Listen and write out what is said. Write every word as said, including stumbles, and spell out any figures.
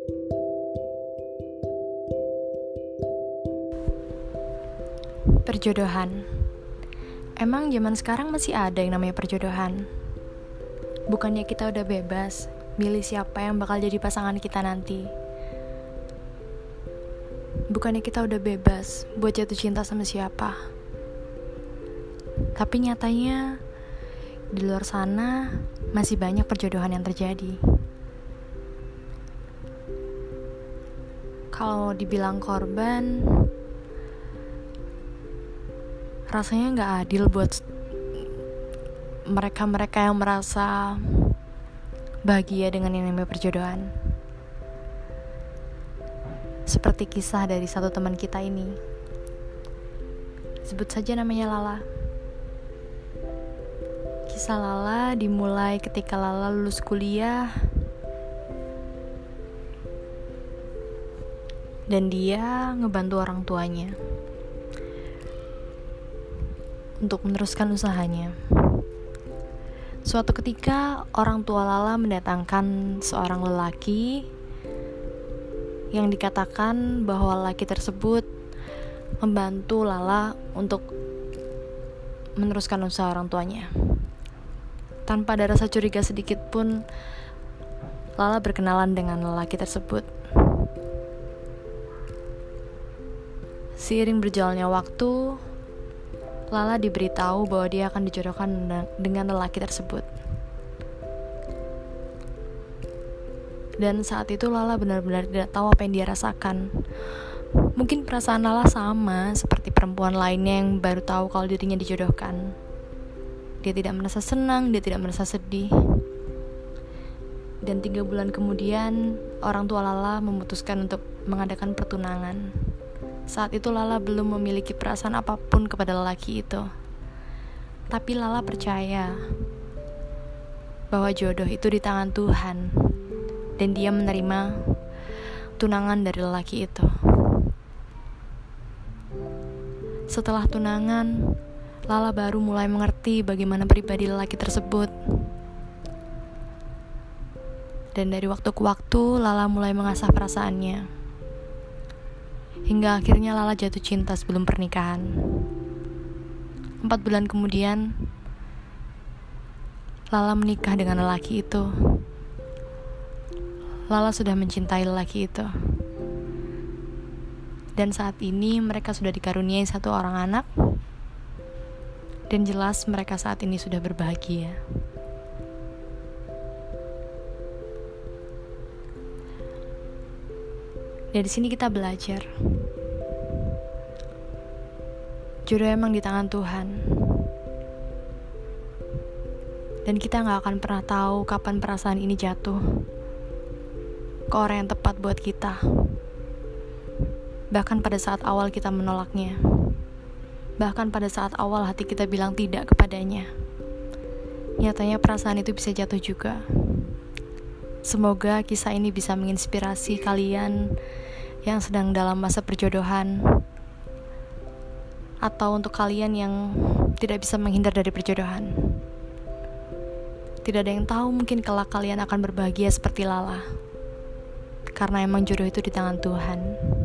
Perjodohan. Emang zaman sekarang masih ada yang namanya perjodohan? Bukannya kita udah bebas milih siapa yang bakal jadi pasangan kita nanti? Bukannya kita udah bebas buat jatuh cinta sama siapa? Tapi nyatanya di luar sana masih banyak perjodohan yang terjadi. Kalau dibilang korban, rasanya gak adil buat mereka-mereka yang merasa bahagia dengan yang namanya perjodohan. Seperti kisah dari satu teman kita ini. Sebut saja namanya Lala. Kisah Lala dimulai ketika Lala lulus kuliah dan dia ngebantu orang tuanya untuk meneruskan usahanya. Suatu ketika, orang tua Lala mendatangkan seorang lelaki yang dikatakan bahwa lelaki tersebut membantu Lala untuk meneruskan usaha orang tuanya. Tanpa ada rasa curiga sedikit pun, Lala berkenalan dengan lelaki tersebut. Seiring berjalannya waktu, Lala diberitahu bahwa dia akan dijodohkan dengan lelaki tersebut. Dan saat itu Lala benar-benar tidak tahu apa yang dia rasakan. Mungkin perasaan Lala sama seperti perempuan lainnya yang baru tahu kalau dirinya dijodohkan. Dia tidak merasa senang, dia tidak merasa sedih. Dan tiga bulan kemudian, orang tua Lala memutuskan untuk mengadakan pertunangan. Saat itu Lala belum memiliki perasaan apapun kepada lelaki itu. Tapi Lala percaya bahwa jodoh itu di tangan Tuhan, dan dia menerima tunangan dari lelaki itu. Setelah tunangan, Lala baru mulai mengerti bagaimana pribadi lelaki tersebut. Dan dari waktu ke waktu, Lala mulai mengasah perasaannya. Hingga akhirnya Lala jatuh cinta sebelum pernikahan. Empat bulan kemudian, Lala menikah dengan lelaki itu. Lala sudah mencintai lelaki itu. Dan saat ini mereka sudah dikaruniai satu orang anak. Dan jelas mereka saat ini sudah berbahagia. Dari sini kita belajar, jodoh emang di tangan Tuhan. Dan kita gak akan pernah tahu kapan perasaan ini jatuh ke orang yang tepat buat kita. Bahkan pada saat awal kita menolaknya. Bahkan pada saat awal hati kita bilang tidak kepadanya. Nyatanya perasaan itu bisa jatuh juga. Semoga kisah ini bisa menginspirasi kalian yang sedang dalam masa perjodohan, atau untuk kalian yang tidak bisa menghindar dari perjodohan. Tidak ada yang tahu, mungkin kelak kalian akan berbahagia seperti Lala, karena emang jodoh itu di tangan Tuhan.